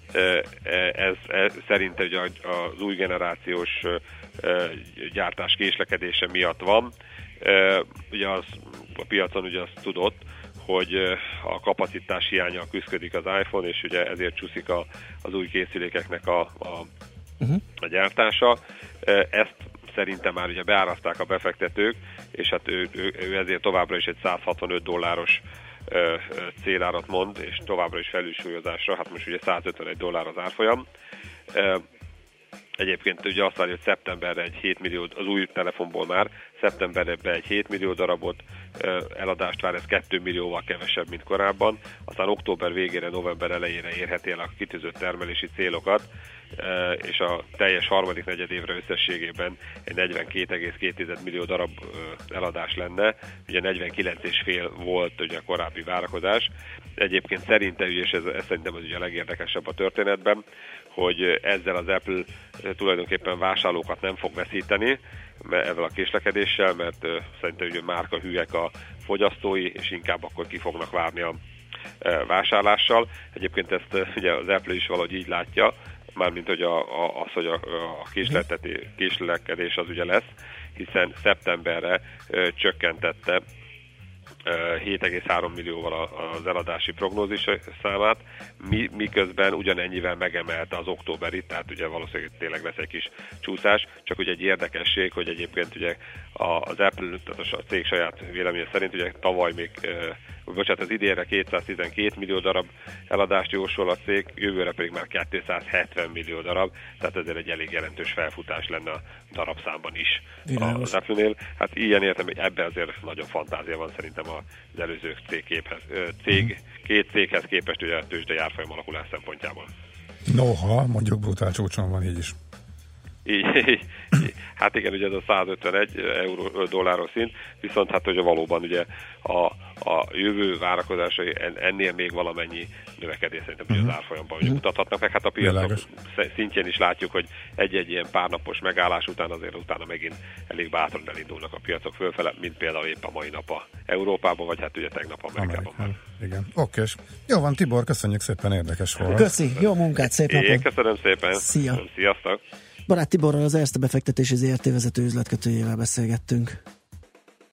Ez, ez szerinte ugye az új generációs gyártás késlekedése miatt van. Ugye az, a piacon ugye azt tudott, hogy a kapacitás hiánnyal küszködik az iPhone, és ugye ezért csúszik a, az új készülékeknek a, a, uh-huh. a gyártása. Ezt szerintem már ugye beáraszták a befektetők, és hát ő, ő, ő ezért továbbra is egy száz hatvanöt dolláros ö, ö, célárat mond, és továbbra is felülsúlyozásra, hát most ugye száz ötvenegy dollár az árfolyam. Ö, Egyébként ugye azt várja, hogy szeptemberre egy hét millió, az új telefonból már szeptemberben egy hét millió darabot eladást vár, ez két millióval kevesebb, mint korábban. Aztán október végére, november elejére érheti el a kitűzött termelési célokat, és a teljes harmadik negyedévre összességében egy negyvenkét egész két millió darab eladás lenne, ugye negyvenkilenc egész öt volt ugye a korábbi várakozás. Egyébként szerintem, és ez, ez szerintem az ugye a legérdekesebb a történetben, hogy ezzel az Apple tulajdonképpen vásárlókat nem fog veszíteni ezzel a késlekedéssel, mert szerintem ugye márka hűek a fogyasztói, és inkább akkor ki fognak várni a vásárlással. Egyébként ezt ugye az Apple is valahogy így látja, mármint hogy a, a, az, hogy a, a késlekedés az ugye lesz, hiszen szeptemberre ö, csökkentette hét egész három millióval az eladási prognózis számát, mi, miközben ugyanennyivel megemelte az októberit, tehát ugye valószínűleg tényleg lesz egy kis csúszás, csak ugye egy érdekesség, hogy egyébként ugye az Apple, tehát a cég saját véleménye szerint ugye tavaly még, bocsánat, az idénre kétszáztizenkét millió darab eladást jósol a cég, jövőre pedig már kétszázhetven millió darab, tehát ezért egy elég jelentős felfutás lenne a darabszámban is az Apple-nél. Hát ilyen értem, hogy ebbe azért nagyon fantázia van szerintem az előző cégképhez, cég, két céghez képest ugye a tőzsdei árfolyam alakulás szempontjából.
Noha, mondjuk brutál csúcson van így is.
Így, így, hát igen, ugye ez a száz ötvenegy euró dolláros szint, viszont hát ugye valóban ugye a, a jövő várakozásai ennél még valamennyi növekedés szerintem uh-huh. az árfolyamban uh-huh. mutathatnak meg. Hát a piacok szintjén is látjuk, hogy egy-egy ilyen párnapos megállás után azért utána megint elég bátran elindulnak a piacok fölfele, mint például épp a mai nap a Európában, vagy hát ugye tegnap Amerikában.
Amerikán. Igen, oké. Jó van, Tibor, köszönjük szépen, érdekes volt.
Köszi, jó munkát, szép napot.
Én köszönöm szépen.
Szia.
Sziasztok.
Barát Tiborral, az Erste befektetési zé er té vezető üzletkötőjével beszélgettünk.